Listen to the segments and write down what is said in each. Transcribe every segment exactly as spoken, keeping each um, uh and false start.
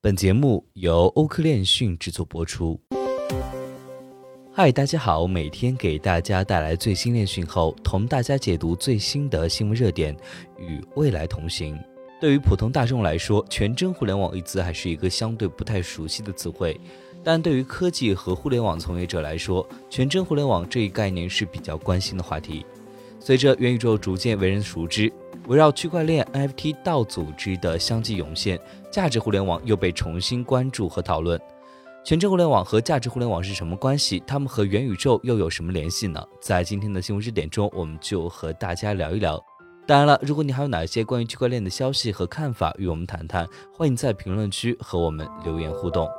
本节目由欧科链讯制作播出。嗨，大家好，每天给大家带来最新链讯后，同大家解读最新的新闻热点，与未来同行。对于普通大众来说，全真互联网一词还是一个相对不太熟悉的词汇，但对于科技和互联网从业者来说，全真互联网这一概念是比较关心的话题。随着元宇宙逐渐为人熟知，围绕区块链、N F T 道组织的相继涌现，价值互联网又被重新关注和讨论。全真互联网和价值互联网是什么关系？它们和元宇宙又有什么联系呢？在今天的新闻热点中，我们就和大家聊一聊。当然了，如果你还有哪些关于区块链的消息和看法与我们谈谈，欢迎在评论区和我们留言互动。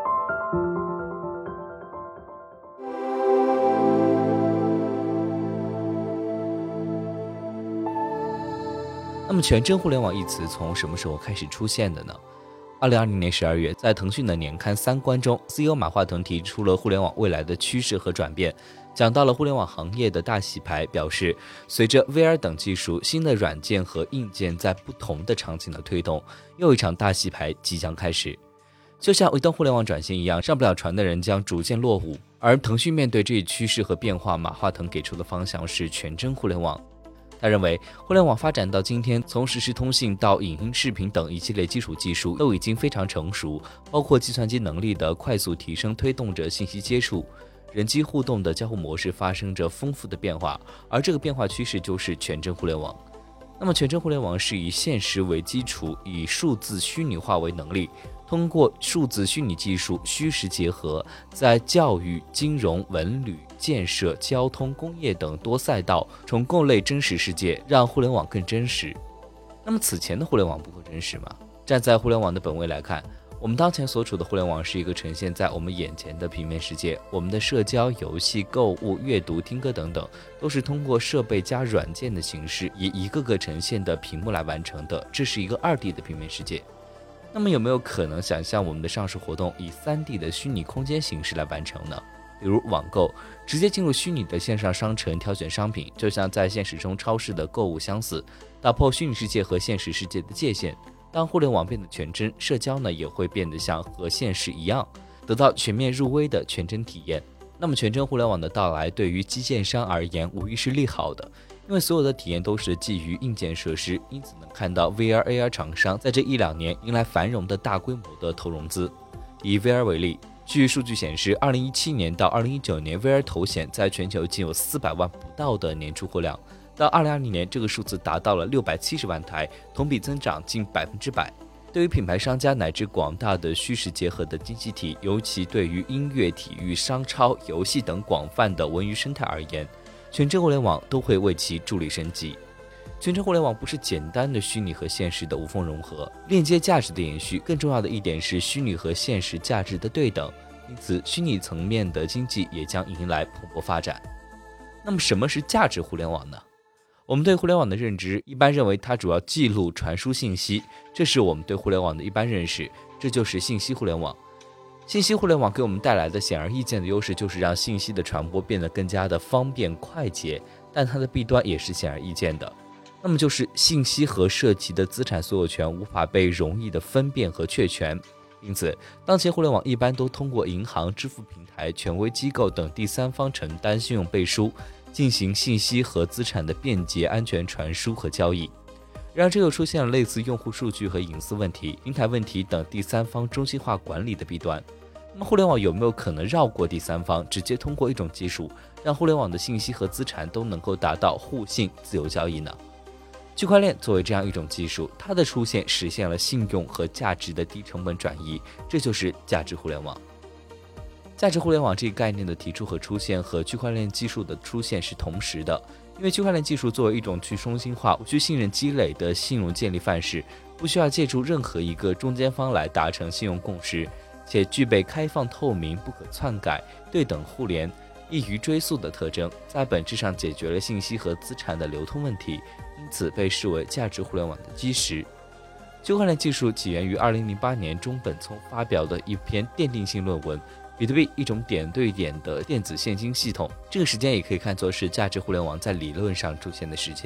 那么全真互联网一词从什么时候开始出现的呢？二零二零年十二月，在腾讯的年刊三观中 ，C E O 马化腾提出了互联网未来的趋势和转变，讲到了互联网行业的大洗牌，表示随着 V R 等技术、新的软件和硬件在不同的场景的推动，又一场大洗牌即将开始。就像移动互联网转型一样，上不了船的人将逐渐落伍。而腾讯面对这一趋势和变化，马化腾给出的方向是全真互联网。他认为，互联网发展到今天，从实时通信到影音视频等一系列基础技术都已经非常成熟，包括计算机能力的快速提升，推动着信息接触、人机互动的交互模式发生着丰富的变化，而这个变化趋势就是全真互联网。那么，全真互联网是以现实为基础，以数字虚拟化为能力，通过数字虚拟技术虚实结合，在教育、金融、文旅、建设、交通、工业等多赛道重构类真实世界，让互联网更真实。那么此前的互联网不够真实吗？站在互联网的本位来看，我们当前所处的互联网是一个呈现在我们眼前的平面世界，我们的社交、游戏、购物、阅读、听歌等等，都是通过设备加软件的形式，以一个个呈现的屏幕来完成的，这是一个 二 D 的平面世界。那么有没有可能想象我们的上市活动以 三 D 的虚拟空间形式来完成呢？比如网购，直接进入虚拟的线上商城挑选商品，就像在现实中超市的购物相似，打破虚拟世界和现实世界的界限。当互联网变得全真，社交呢也会变得像和现实一样，得到全面入微的全真体验。那么全真互联网的到来对于基建商而言无疑是利好的，因为所有的体验都是基于硬件设施，因此能看到 V R、A R 厂商在这一两年迎来繁荣的大规模的投融资。以 V R 为例，据数据显示，二零一七年到二零一九年 V R 头显在全球仅有四百万不到的年出货量，到二零二零年这个数字达到了六百七十万台，同比增长近百分之百。对于品牌商家乃至广大的虚实结合的经济体，尤其对于音乐、体育、商超、游戏等广泛的文娱生态而言，全真互联网都会为其助力升级。全真互联网不是简单的虚拟和现实的无缝融合，链接价值的延续，更重要的一点是虚拟和现实价值的对等，因此虚拟层面的经济也将迎来蓬勃发展。那么什么是价值互联网呢？我们对互联网的认知一般认为它主要记录传输信息，这是我们对互联网的一般认识，这就是信息互联网。信息互联网给我们带来的显而易见的优势就是让信息的传播变得更加的方便快捷，但它的弊端也是显而易见的，那么就是信息和涉及的资产所有权无法被容易的分辨和确权。因此当前互联网一般都通过银行、支付平台、权威机构等第三方承担信用背书，进行信息和资产的便捷安全传输和交易。然而这又出现了类似用户数据和隐私问题、平台问题等第三方中心化管理的弊端。那么互联网有没有可能绕过第三方，直接通过一种技术，让互联网的信息和资产都能够达到互信自由交易呢？区块链作为这样一种技术，它的出现实现了信用和价值的低成本转移，这就是价值互联网。价值互联网这个概念的提出和出现和区块链技术的出现是同时的，因为区块链技术作为一种去中心化、无需信任积累的信用建立范式，不需要借助任何一个中间方来达成信用共识，且具备开放透明、不可篡改、对等互联、易于追溯的特征，在本质上解决了信息和资产的流通问题，因此被视为价值互联网的基石。区块链技术起源于二零零八年中本聪发表的一篇奠定性论文，比特币一种点对点的电子现金系统，这个时间也可以看作是价值互联网在理论上出现的时间。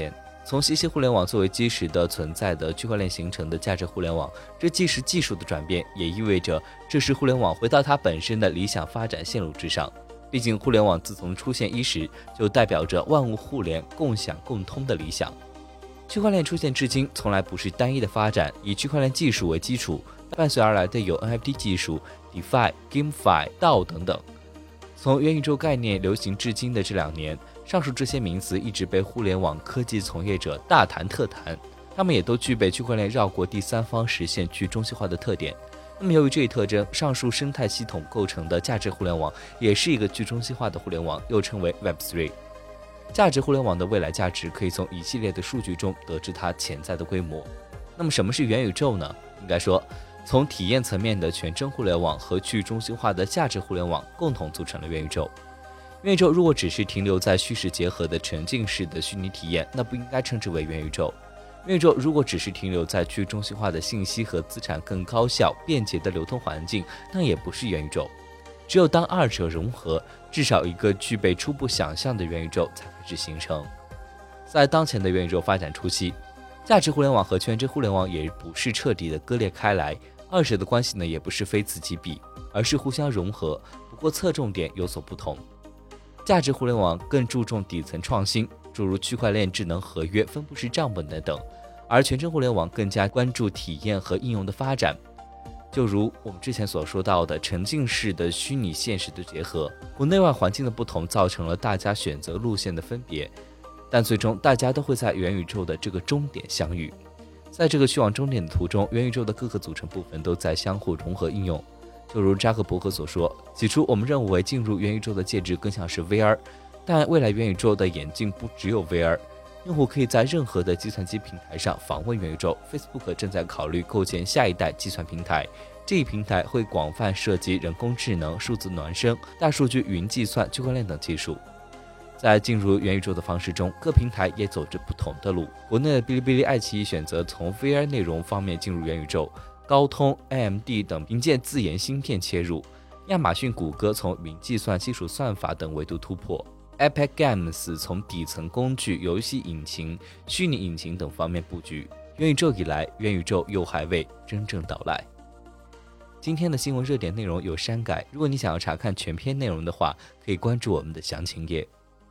从信息互联网作为基石的存在的区块链形成的价值互联网，这既是技术的转变，也意味着这是互联网回到它本身的理想发展线路之上。毕竟互联网自从出现伊始，就代表着万物互联、共享共通的理想。区块链出现至今，从来不是单一的发展，以区块链技术为基础，伴随而来的有 N F T 技术、DeFi、GameFi、D A O 等等。从元宇宙概念流行至今的这两年，上述这些名词一直被互联网科技从业者大谈特谈，他们也都具备区块链绕过第三方实现去中心化的特点。那么由于这一特征，上述生态系统构成的价值互联网也是一个去中心化的互联网，又称为 Web 三。价值互联网的未来价值可以从一系列的数据中得知它潜在的规模。那么什么是元宇宙呢？应该说，从体验层面的全真互联网和去中心化的价值互联网共同组成了元宇宙。元宇宙如果只是停留在虚实结合的沉浸式的虚拟体验，那不应该称之为元宇宙。元宇宙如果只是停留在去中心化的信息和资产更高效、便捷的流通环境，那也不是元宇宙。只有当二者融合，至少一个具备初步想象的元宇宙才开始形成。在当前的元宇宙发展初期，价值互联网和全真互联网也不是彻底的割裂开来，二者的关系呢也不是非此即彼，而是互相融合，不过侧重点有所不同。价值互联网更注重底层创新，诸如区块链智能合约、分布式账本等等，而全真互联网更加关注体验和应用的发展。就如我们之前所说到的沉浸式的虚拟现实的结合，国内外环境的不同造成了大家选择路线的分别，但最终大家都会在元宇宙的这个终点相遇。在这个去往终点的途中，元宇宙的各个组成部分都在相互融合应用。就如扎克伯格所说，起初我们认为进入元宇宙的介质更像是 V R， 但未来元宇宙的眼镜不只有 V R， 用户可以在任何的计算机平台上访问元宇宙。 Facebook 正在考虑构建下一代计算平台，这一平台会广泛涉及人工智能、数字孪生、大数据、云计算、区块链等技术。在进入元宇宙的方式中，各平台也走着不同的路。国内的哔哩哔哩、爱奇艺选择从 V R 内容方面进入元宇宙，高通、A M D 等凭借自研芯片切入，亚马逊、谷歌从云计算、基础算法等维度突破， Epic Games 从底层工具、游戏引擎、虚拟引擎等方面布局。元宇宙以来，元宇宙又还未真正到来。今天的新闻热点内容有删改，如果你想要查看全篇内容的话，可以关注我们的详情页。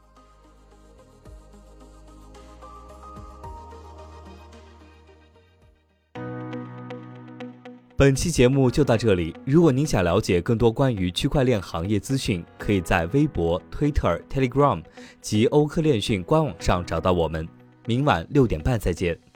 本期节目就到这里，如果您想了解更多关于区块链行业资讯，可以在微博、Twitter、Telegram 及欧科链讯官网上找到我们。明晚六点半再见。